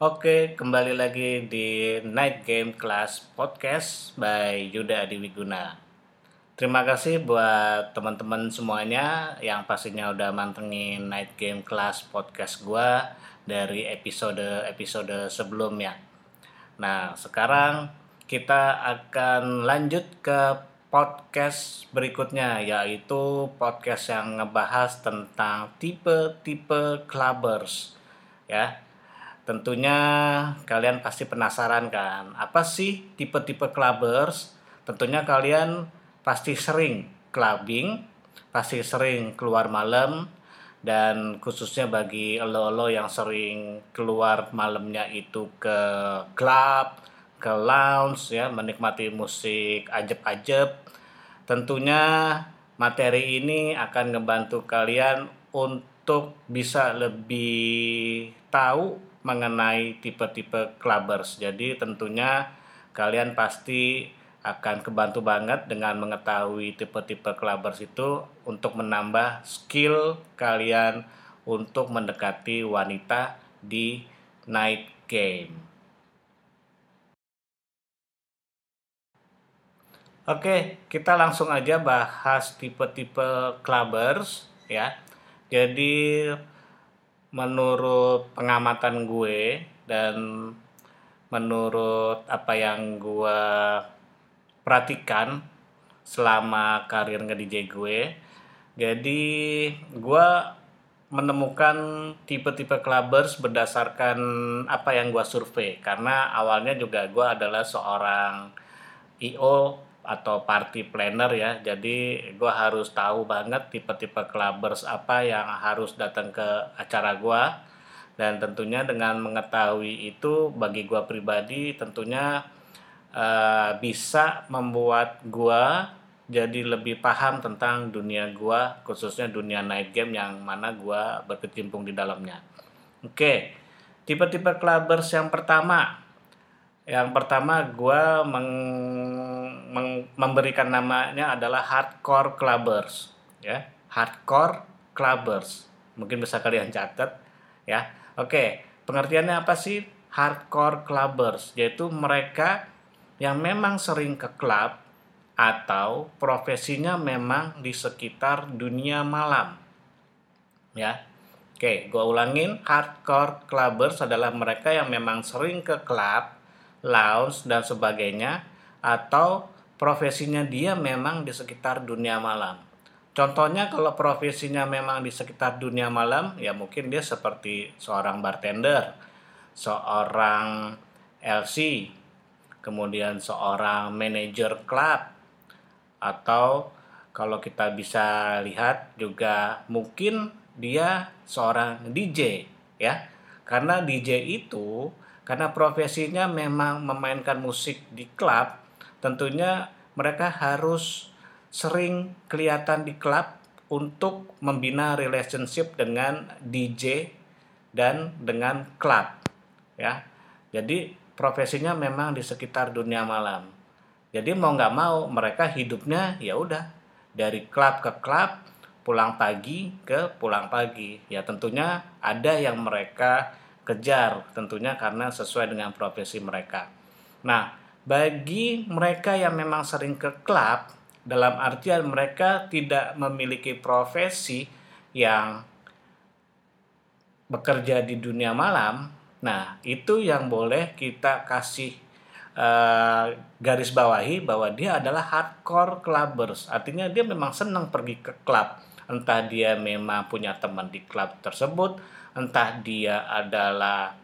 Oke, kembali lagi di Night Game Class Podcast by Yuda Adiwiguna. Terima kasih buat teman-teman semuanya yang pastinya udah mantengin Night Game Class Podcast gua dari episode sebelumnya. Nah, sekarang kita akan lanjut ke podcast berikutnya, yaitu podcast yang ngebahas tentang tipe-tipe clubbers. Ya, tentunya kalian pasti penasaran kan, apa sih tipe-tipe clubbers? Tentunya kalian pasti sering clubbing, pasti sering keluar malam, dan khususnya bagi elo-elo yang sering keluar malamnya itu ke klub, ke lounge ya, menikmati musik ajeb-ajeb. Tentunya materi ini akan ngebantu kalian untuk bisa lebih tahu mengenai tipe-tipe clubbers. Jadi tentunya kalian pasti akan kebantu banget dengan mengetahui tipe-tipe clubbers itu untuk menambah skill kalian untuk mendekati wanita di night game. Oke, kita langsung aja bahas tipe-tipe clubbers ya. Jadi menurut pengamatan gue dan menurut apa yang gue perhatikan selama karir nge-DJ gue, jadi gue menemukan tipe-tipe clubbers berdasarkan apa yang gue survei, karena awalnya juga gue adalah seorang IO atau party planner ya, jadi gue harus tahu banget tipe-tipe clubbers apa yang harus datang ke acara gue. Dan tentunya dengan mengetahui itu bagi gue pribadi tentunya bisa membuat gue jadi lebih paham tentang dunia gue, khususnya dunia night game yang mana gue berkecimpung di dalamnya. Oke, tipe-tipe clubbers yang pertama. Yang pertama gue memberikan namanya adalah hardcore clubbers ya. Hardcore clubbers. Mungkin bisa kalian catat ya. Oke, pengertiannya apa sih hardcore clubbers? Yaitu mereka yang memang sering ke klub atau profesinya memang di sekitar dunia malam. Ya. Oke, gue ulangin, hardcore clubbers adalah mereka yang memang sering ke klub, lounge dan sebagainya, atau profesinya dia memang di sekitar dunia malam. Contohnya kalau profesinya memang di sekitar dunia malam, ya mungkin dia seperti seorang bartender, seorang LC, kemudian seorang manajer klub, atau kalau kita bisa lihat juga mungkin dia seorang DJ ya. Karena DJ itu karena profesinya memang memainkan musik di klub, tentunya mereka harus sering kelihatan di klub untuk membina relationship dengan DJ dan dengan klub ya. Jadi profesinya memang di sekitar dunia malam. Jadi mau nggak mau mereka hidupnya ya udah dari klub ke klub, pulang pagi ke pulang pagi. Ya tentunya ada yang mereka kejar tentunya karena sesuai dengan profesi mereka. Nah, bagi mereka yang memang sering ke klub, dalam artian mereka tidak memiliki profesi yang bekerja di dunia malam, nah itu yang boleh kita kasih garis bawahi bahwa dia adalah hardcore clubbers. Artinya dia memang senang pergi ke klub. Entah dia memang punya teman di klub tersebut, entah dia adalah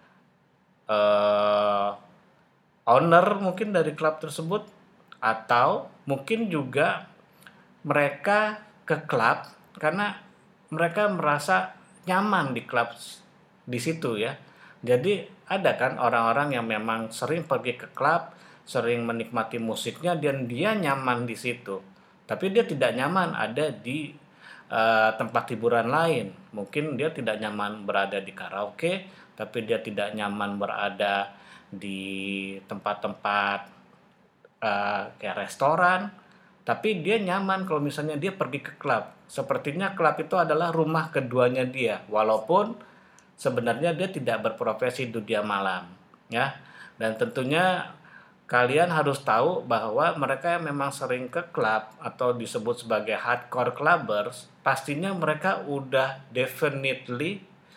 owner mungkin dari klub tersebut, atau mungkin juga mereka ke klub karena mereka merasa nyaman di klub di situ ya. Jadi ada kan orang-orang yang memang sering pergi ke klub, sering menikmati musiknya dan dia nyaman di situ. Tapi dia tidak nyaman ada di tempat hiburan lain. Mungkin dia tidak nyaman berada di karaoke, tapi dia tidak nyaman berada di tempat-tempat kayak restoran. Tapi dia nyaman kalau misalnya dia pergi ke klub. Sepertinya klub itu adalah rumah keduanya dia. Walaupun sebenarnya dia tidak berprofesi dunia malam, ya. Dan tentunya kalian harus tahu bahwa mereka yang memang sering ke klub atau disebut sebagai hardcore clubbers, pastinya mereka udah definitely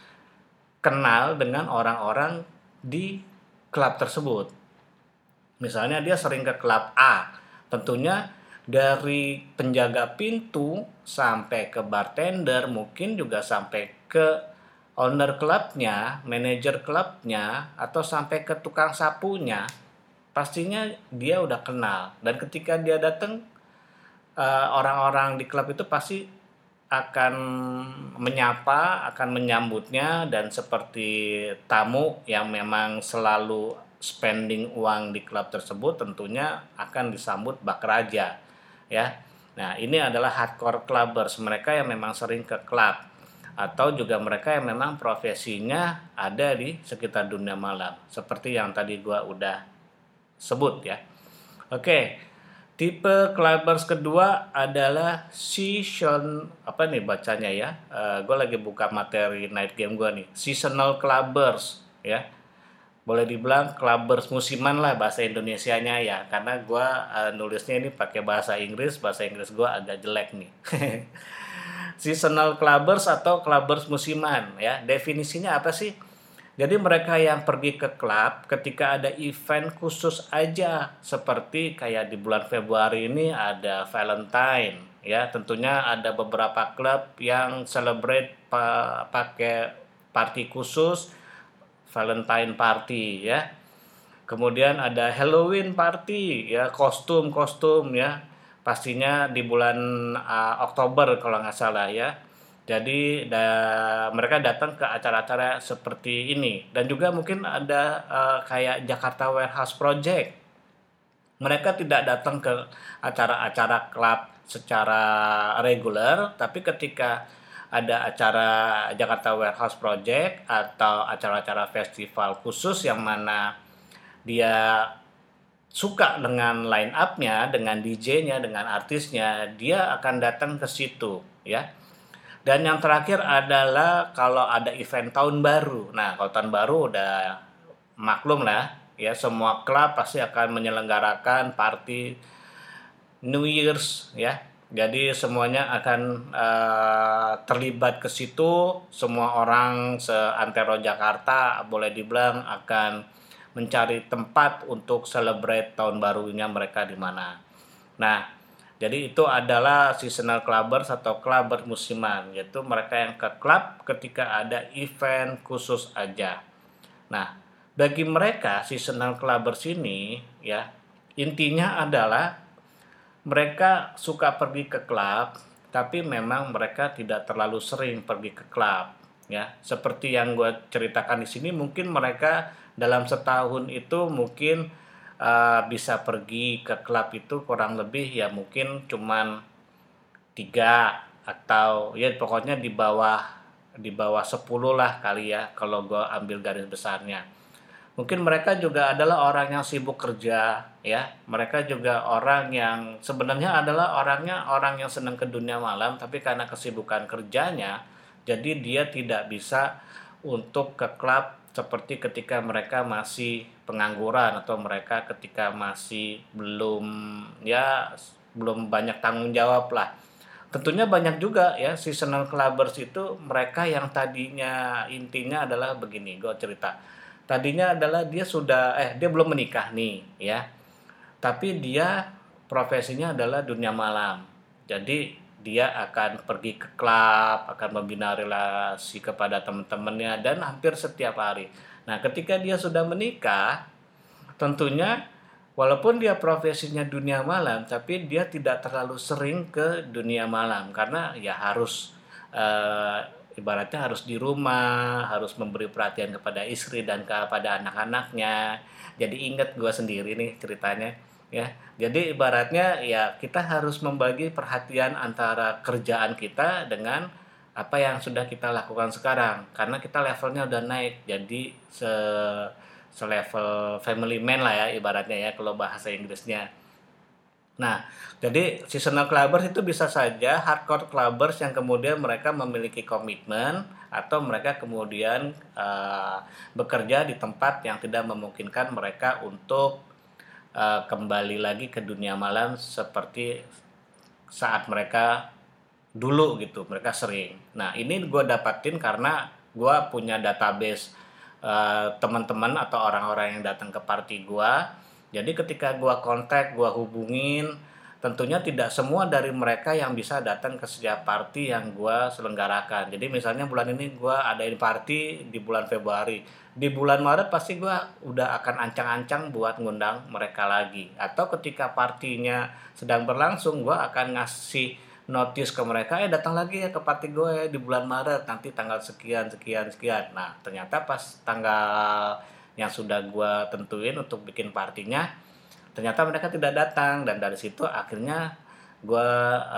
kenal dengan orang-orang di klub tersebut. Misalnya dia sering ke klub A, tentunya dari penjaga pintu sampai ke bartender, mungkin juga sampai ke owner klubnya, manajer klubnya, atau sampai ke tukang sapunya, pastinya dia udah kenal. Dan ketika dia datang, orang-orang di klub itu pasti akan menyapa, akan menyambutnya, dan seperti tamu yang memang selalu spending uang di klub tersebut, tentunya akan disambut bak raja, ya. Nah, ini adalah hardcore clubbers, mereka yang memang sering ke klub, atau juga mereka yang memang profesinya ada di sekitar dunia malam, seperti yang tadi gua udah sebut, ya. Oke. Tipe clubbers kedua adalah season, apa nih bacanya ya? Gue lagi buka materi night game gue nih. Seasonal clubbers, ya. Boleh dibilang clubbers musiman lah bahasa Indonesianya ya, karena gue nulisnya ini pakai bahasa Inggris gue agak jelek nih. Seasonal clubbers atau clubbers musiman, ya. Definisinya apa sih? Jadi mereka yang pergi ke klub ketika ada event khusus aja, seperti kayak di bulan Februari ini ada Valentine, ya. Tentunya ada beberapa klub yang celebrate pakai party khusus, Valentine party, ya. Kemudian ada Halloween party, ya, kostum ya. Pastinya di bulan Oktober kalau nggak salah, ya. Jadi mereka datang ke acara-acara seperti ini. Dan juga mungkin ada kayak Jakarta Warehouse Project. Mereka tidak datang ke acara-acara klub secara reguler, tapi ketika ada acara Jakarta Warehouse Project atau acara-acara festival khusus yang mana dia suka dengan line up-nya, dengan DJ-nya, dengan artisnya, dia akan datang ke situ, ya. Dan yang terakhir adalah kalau ada event tahun baru. Nah, kalau tahun baru udah maklum lah, ya, semua klub pasti akan menyelenggarakan party New Year's, ya. Jadi semuanya akan terlibat ke situ. Semua orang seantero Jakarta boleh dibilang akan mencari tempat untuk celebrate tahun barunya mereka di mana. Nah, jadi itu adalah seasonal clubbers atau clubbers musiman, yaitu mereka yang ke klub ketika ada event khusus aja. Nah, bagi mereka seasonal clubbers ini, ya, intinya adalah mereka suka pergi ke klub, tapi memang mereka tidak terlalu sering pergi ke klub, ya. Seperti yang gue ceritakan di sini, mungkin mereka dalam setahun itu mungkin bisa pergi ke klub itu kurang lebih ya mungkin cuman 3 atau ya pokoknya di bawah 10 lah kali ya kalau gue ambil garis besarnya. Mungkin mereka juga adalah orang yang sibuk kerja, ya. Mereka juga orang yang sebenarnya adalah orang yang senang ke dunia malam, tapi karena kesibukan kerjanya jadi dia tidak bisa untuk ke klub seperti ketika mereka masih pengangguran atau mereka ketika masih belum banyak tanggung jawab lah. Tentunya banyak juga ya seasonal clubbers itu mereka yang tadinya intinya adalah begini, gue cerita. Tadinya adalah dia belum menikah nih, ya. Tapi dia profesinya adalah dunia malam. Jadi dia akan pergi ke klub, akan membina relasi kepada teman-temannya dan hampir setiap hari. Nah, ketika dia sudah menikah, tentunya walaupun dia profesinya dunia malam, tapi dia tidak terlalu sering ke dunia malam karena ya harus ibaratnya harus di rumah, harus memberi perhatian kepada istri dan kepada anak-anaknya. Jadi ingat gue sendiri nih ceritanya. Ya, jadi ibaratnya ya kita harus membagi perhatian antara kerjaan kita dengan apa yang sudah kita lakukan sekarang karena kita levelnya udah naik jadi selevel family man lah ya ibaratnya ya kalau bahasa Inggrisnya. Nah, jadi seasonal clubbers itu bisa saja hardcore clubbers yang kemudian mereka memiliki komitmen atau mereka kemudian bekerja di tempat yang tidak memungkinkan mereka untuk kembali lagi ke dunia malam seperti saat mereka dulu gitu, mereka sering. Nah ini gue dapatin karena gue punya database teman-teman atau orang-orang yang datang ke party gue. Jadi ketika gue kontak, gue hubungin, tentunya tidak semua dari mereka yang bisa datang ke setiap party yang gue selenggarakan. Jadi misalnya bulan ini gue adain party di bulan Februari, di bulan Maret pasti gue udah akan ancang-ancang buat ngundang mereka lagi. Atau ketika partinya sedang berlangsung, gue akan ngasih notice ke mereka, datang lagi ya ke party gue ya di bulan Maret nanti tanggal sekian sekian sekian. Nah ternyata pas tanggal yang sudah gue tentuin untuk bikin partinya, ternyata mereka tidak datang, dan dari situ akhirnya gue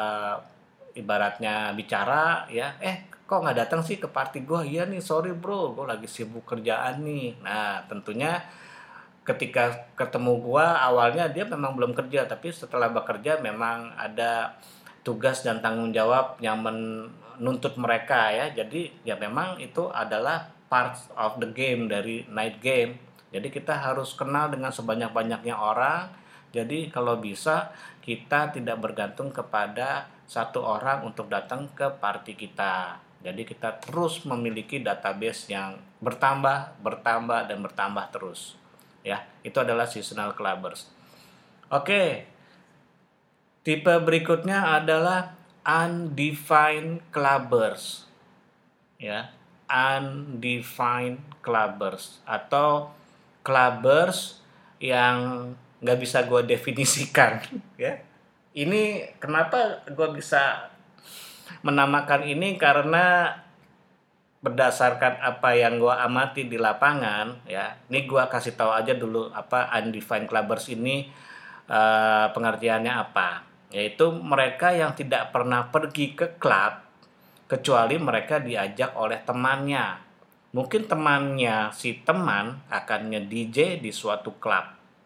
ibaratnya bicara ya, kok nggak datang sih ke party gue? Iya nih, sorry bro, gue lagi sibuk kerjaan nih. Nah tentunya ketika ketemu gue awalnya dia memang belum kerja, tapi setelah bekerja memang ada tugas dan tanggung jawab yang menuntut mereka ya. Jadi ya memang itu adalah part of the game dari night game. Jadi kita harus kenal dengan sebanyak-banyaknya orang. Jadi kalau bisa kita tidak bergantung kepada satu orang untuk datang ke party kita. Jadi kita terus memiliki database yang bertambah dan bertambah terus. Ya, itu adalah seasonal clubbers. Oke. Tipe berikutnya adalah undefined clubbers. Ya, undefined clubbers atau clubbers yang nggak bisa gue definisikan. Ya, ini kenapa gue bisa menamakan ini karena berdasarkan apa yang gue amati di lapangan. Ya, ini gue kasih tahu aja dulu apa undefined clubbers ini, pengertiannya apa. Yaitu mereka yang tidak pernah pergi ke klub kecuali mereka diajak oleh temannya. Mungkin temannya si teman akan nge-DJ di suatu klub.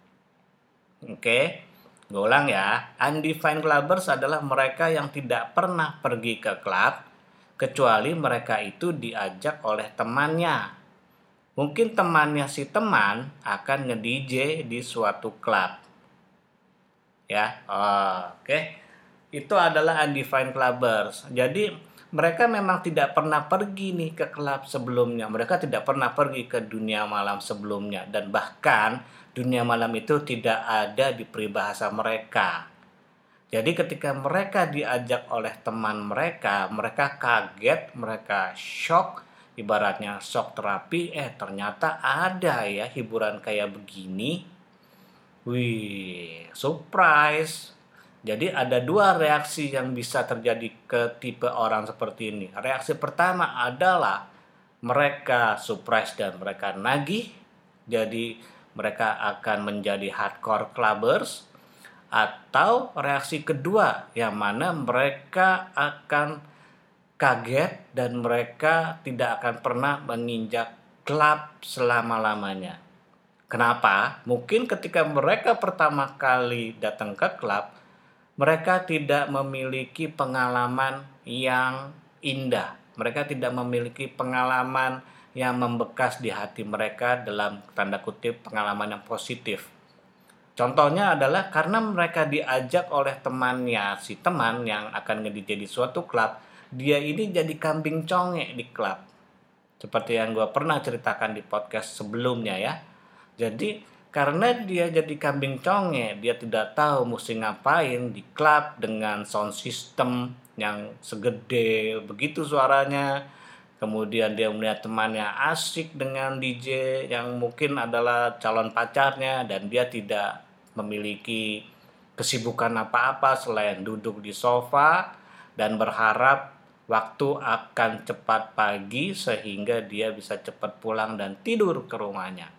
Oke, gue ulang ya. Undefined clubbers adalah mereka yang tidak pernah pergi ke klub kecuali mereka itu diajak oleh temannya. Mungkin temannya si teman akan nge-DJ di suatu klub. Ya, oke. Itu adalah undefined clubbers. Jadi mereka memang tidak pernah pergi nih ke klub sebelumnya. Mereka tidak pernah pergi ke dunia malam sebelumnya, dan bahkan dunia malam itu tidak ada di peribahasa mereka. Jadi ketika mereka diajak oleh teman mereka, mereka kaget, mereka shock, ibaratnya shock terapi. Ternyata ada ya hiburan kayak begini. Wih, surprise. Jadi ada dua reaksi yang bisa terjadi ke tipe orang seperti ini. Reaksi pertama adalah mereka surprise dan mereka nagih. Jadi mereka akan menjadi hardcore clubbers. Atau reaksi kedua yang mana mereka akan kaget dan mereka tidak akan pernah menginjak klub selama-lamanya. Kenapa? Mungkin ketika mereka pertama kali datang ke klub, mereka tidak memiliki pengalaman yang indah. Mereka tidak memiliki pengalaman yang membekas di hati mereka, dalam tanda kutip pengalaman yang positif. Contohnya adalah karena mereka diajak oleh temannya, si teman yang akan nge-DJ di suatu klub, dia ini jadi kambing conge di klub. Seperti yang gue pernah ceritakan di podcast sebelumnya ya. Jadi karena dia jadi kambing conge, dia tidak tahu mesti ngapain di klub dengan sound system yang segede begitu suaranya. Kemudian dia melihat temannya asik dengan DJ yang mungkin adalah calon pacarnya, dan dia tidak memiliki kesibukan apa-apa selain duduk di sofa dan berharap waktu akan cepat pagi sehingga dia bisa cepat pulang dan tidur ke rumahnya.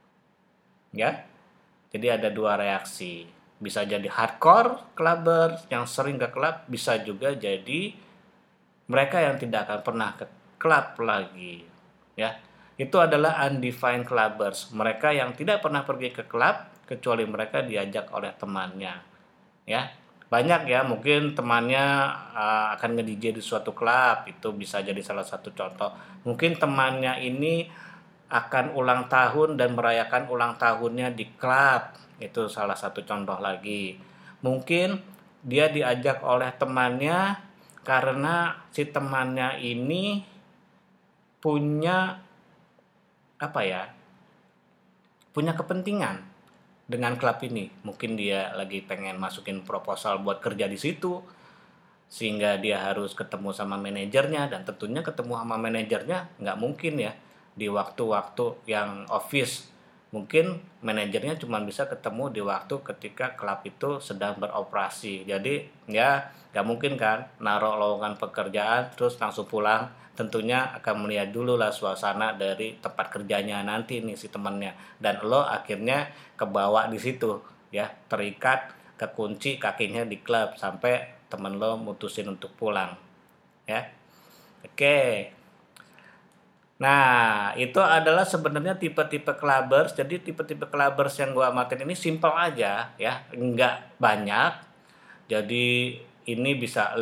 Ya, jadi ada dua reaksi. Bisa jadi hardcore clubber yang sering ke klub, bisa juga jadi mereka yang tidak akan pernah ke klub lagi. Ya, itu adalah undefined clubbers. Mereka yang tidak pernah pergi ke klub kecuali mereka diajak oleh temannya. Ya, banyak ya, mungkin temannya akan nge-DJ di suatu klub, itu bisa jadi salah satu contoh. Mungkin temannya ini akan ulang tahun dan merayakan ulang tahunnya di klub, itu salah satu contoh lagi. Mungkin dia diajak oleh temannya karena si temannya ini punya apa ya, punya kepentingan dengan klub ini. Mungkin dia lagi pengen masukin proposal buat kerja di situ, sehingga dia harus ketemu sama manajernya, dan tentunya ketemu sama manajernya nggak mungkin ya di waktu-waktu yang office. Mungkin manajernya cuma bisa ketemu di waktu ketika klub itu sedang beroperasi. Jadi ya nggak mungkin kan naruh lowongan pekerjaan terus langsung pulang. Tentunya akan melihat dulu lah suasana dari tempat kerjanya nanti nih si temennya, dan lo akhirnya kebawa di situ ya, terikat kekunci kakinya di klub sampai temen lo mutusin untuk pulang ya. Oke. Nah, itu adalah sebenarnya tipe-tipe clubbers. Jadi tipe-tipe clubbers yang gua amatin ini simple aja ya, nggak banyak. Jadi ini bisa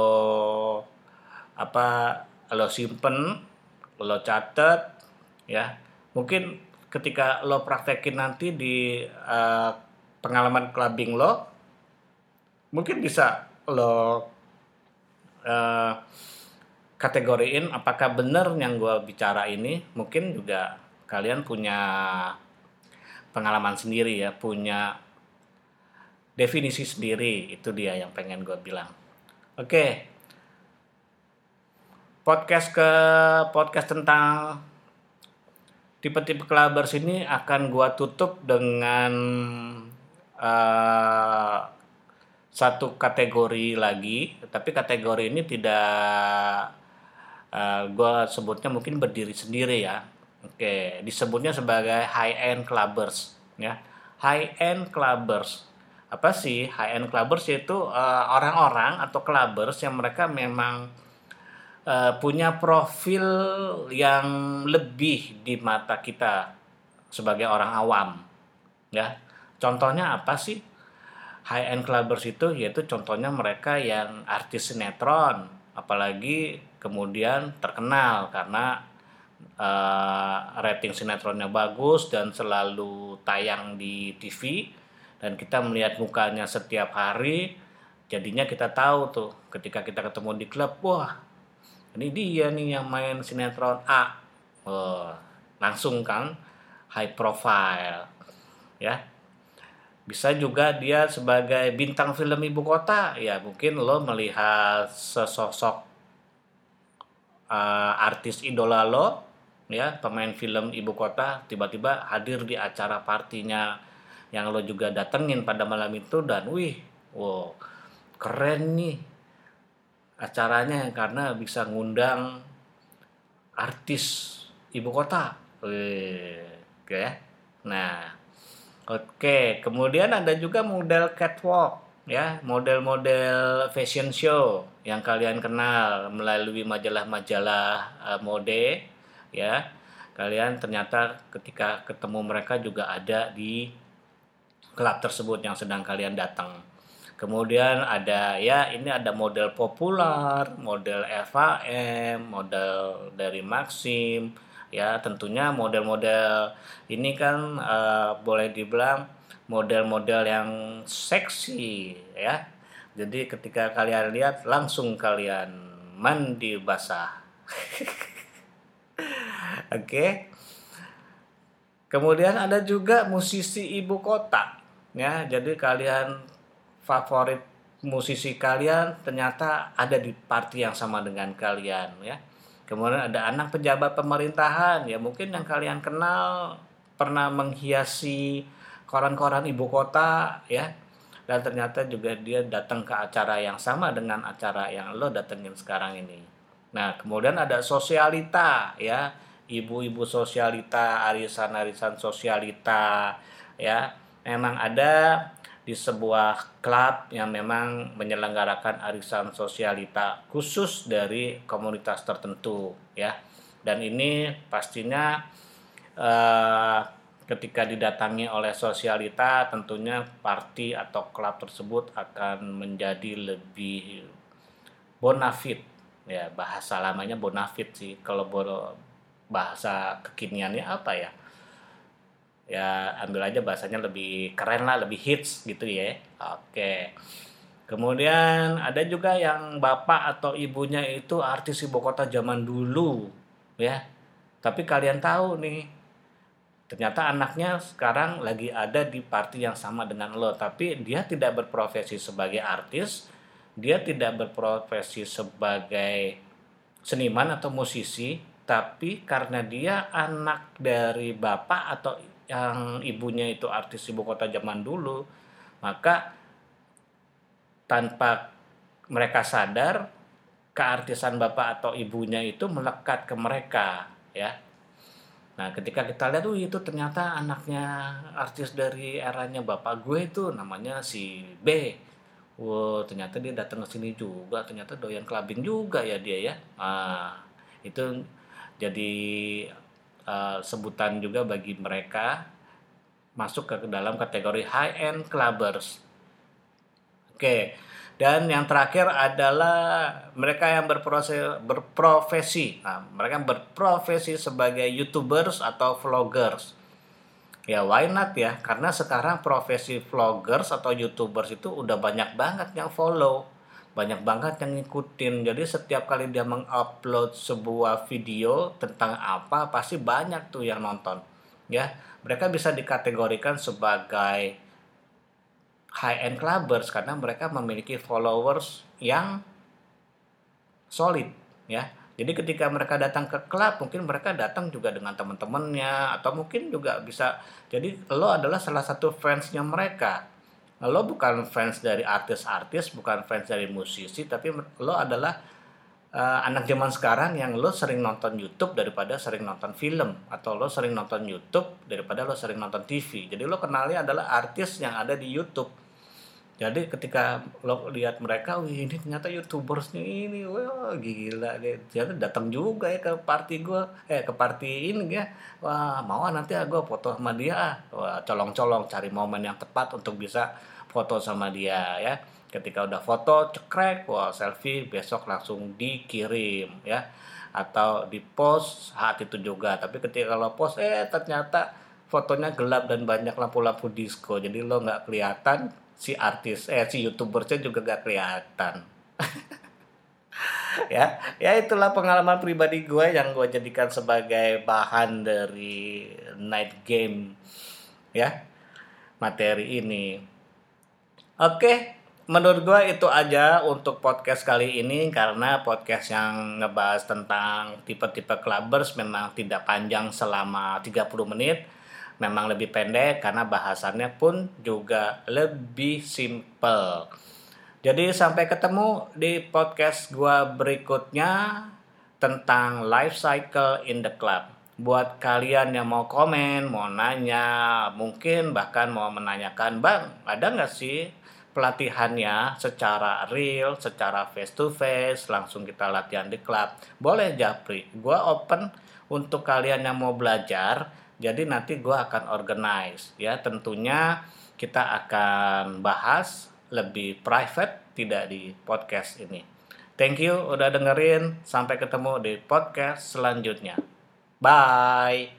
apa lo simpen, lo catet ya. Mungkin ketika lo praktekin nanti di pengalaman clubbing lo, mungkin bisa lo kategoriin apakah benar yang gue bicara ini. Mungkin juga kalian punya pengalaman sendiri ya, punya definisi sendiri. Itu dia yang pengen gue bilang. Oke. Podcast tentang tipe-tipe clubbers ini akan gue tutup dengan satu kategori lagi, tapi kategori ini tidak gue sebutnya mungkin berdiri sendiri ya. Oke, disebutnya sebagai high end clubbers ya. High end clubbers, apa sih high end clubbers? Yaitu orang-orang atau clubbers yang mereka memang punya profil yang lebih di mata kita sebagai orang awam ya. Contohnya apa sih high end clubbers itu? Yaitu contohnya mereka yang artis sinetron, apalagi kemudian terkenal karena rating sinetronnya bagus dan selalu tayang di TV, dan kita melihat mukanya setiap hari. Jadinya kita tahu tuh ketika kita ketemu di klub, wah ini dia nih yang main sinetron A. Langsung kan high profile ya. Bisa juga dia sebagai bintang film ibu kota ya. Mungkin lo melihat sesosok artis idola lo ya, pemain film ibu kota, tiba-tiba hadir di acara partinya yang lo juga datengin pada malam itu, dan wow, keren nih acaranya karena bisa ngundang artis ibu kota. Oke ya. Nah, oke, kemudian ada juga model catwalk ya, model-model fashion show yang kalian kenal melalui majalah-majalah mode ya. Kalian ternyata ketika ketemu mereka juga ada di klub tersebut yang sedang kalian datang. Kemudian ada ya, ini ada model populer, model FHM, model dari Maxim ya. Tentunya model-model ini kan boleh dibilang model-model yang seksi ya. Jadi ketika kalian lihat langsung kalian mandi basah. Oke. Kemudian ada juga musisi ibu kota ya. Jadi kalian favorit musisi kalian ternyata ada di party yang sama dengan kalian ya. Kemudian ada anak pejabat pemerintahan ya, mungkin yang kalian kenal pernah menghiasi koran-koran ibu kota ya, dan ternyata juga dia datang ke acara yang sama dengan acara yang lo datengin sekarang ini. Nah, kemudian ada sosialita ya, ibu-ibu sosialita, arisan-arisan sosialita ya. Memang ada di sebuah klub yang memang menyelenggarakan arisan sosialita khusus dari komunitas tertentu ya. Dan ini pastinya ketika didatangi oleh sosialita, tentunya party atau klub tersebut akan menjadi lebih bonafit. Ya, bahasa lamanya bonafit sih. Kalau bahasa kekiniannya apa ya? Ya, ambil aja bahasanya lebih keren lah, lebih hits gitu ya. Oke. Kemudian ada juga yang bapak atau ibunya itu artis ibu kota zaman dulu, ya. Tapi kalian tahu nih, ternyata anaknya sekarang lagi ada di party yang sama dengan lo, tapi dia tidak berprofesi sebagai artis, dia tidak berprofesi sebagai seniman atau musisi, tapi karena dia anak dari bapak atau yang ibunya itu artis ibu kota zaman dulu, maka tanpa mereka sadar, keartisan bapak atau ibunya itu melekat ke mereka, ya. Nah, ketika kita lihat, itu ternyata anaknya artis dari eranya bapak gue itu namanya si B. Wow, ternyata dia datang ke sini juga, ternyata doyan clubbing juga ya dia ya. Itu jadi sebutan juga bagi mereka masuk ke dalam kategori high end clubbers. Oke. Dan yang terakhir adalah mereka yang berprofesi. Nah, mereka yang berprofesi sebagai YouTubers atau vloggers. Ya, why not ya? Karena sekarang profesi vloggers atau YouTubers itu udah banyak banget yang follow. Banyak banget yang ngikutin. Jadi setiap kali dia mengupload sebuah video tentang apa, pasti banyak tuh yang nonton. Ya, mereka bisa dikategorikan sebagai high-end clubbers karena mereka memiliki followers yang solid, ya. Jadi ketika mereka datang ke klub, mungkin mereka datang juga dengan teman-temannya atau mungkin juga bisa. Jadi lo adalah salah satu fansnya mereka. Lo bukan fans dari artis-artis, bukan fans dari musisi, tapi lo adalah anak zaman sekarang yang lo sering nonton YouTube daripada sering nonton film, atau lo sering nonton YouTube daripada lo sering nonton TV. Jadi lo kenalnya adalah artis yang ada di YouTube. Jadi ketika lo lihat mereka, wih ini ternyata YouTubersnya ini, wah gila deh. Ternyata datang juga ya ke party gue, ke party ini ya. Wah mau nanti gue foto sama dia. Wah colong-colong cari momen yang tepat untuk bisa foto sama dia ya. Ketika udah foto cekrek, wah selfie besok langsung dikirim ya. Atau di post saat itu juga. Tapi ketika lo post, ternyata fotonya gelap dan banyak lampu-lampu disco. Jadi lo nggak kelihatan, si YouTubersnya juga gak kelihatan. ya itulah pengalaman pribadi gue yang gue jadikan sebagai bahan dari night game ya, materi ini. Oke, menurut gue itu aja untuk podcast kali ini, karena podcast yang ngebahas tentang tipe-tipe clubbers memang tidak panjang selama 30 menit. Memang lebih pendek karena bahasannya pun juga lebih simple. Jadi sampai ketemu di podcast gua berikutnya tentang life cycle in the club. Buat kalian yang mau komen, mau nanya, mungkin bahkan mau menanyakan, Bang, ada nggak sih pelatihannya secara real, secara face to face, langsung kita latihan di klub? Boleh Japri, gua open untuk kalian yang mau belajar. Jadi nanti gue akan organize ya, tentunya kita akan bahas lebih private, tidak di podcast ini. Thank you udah dengerin, sampai ketemu di podcast selanjutnya. Bye.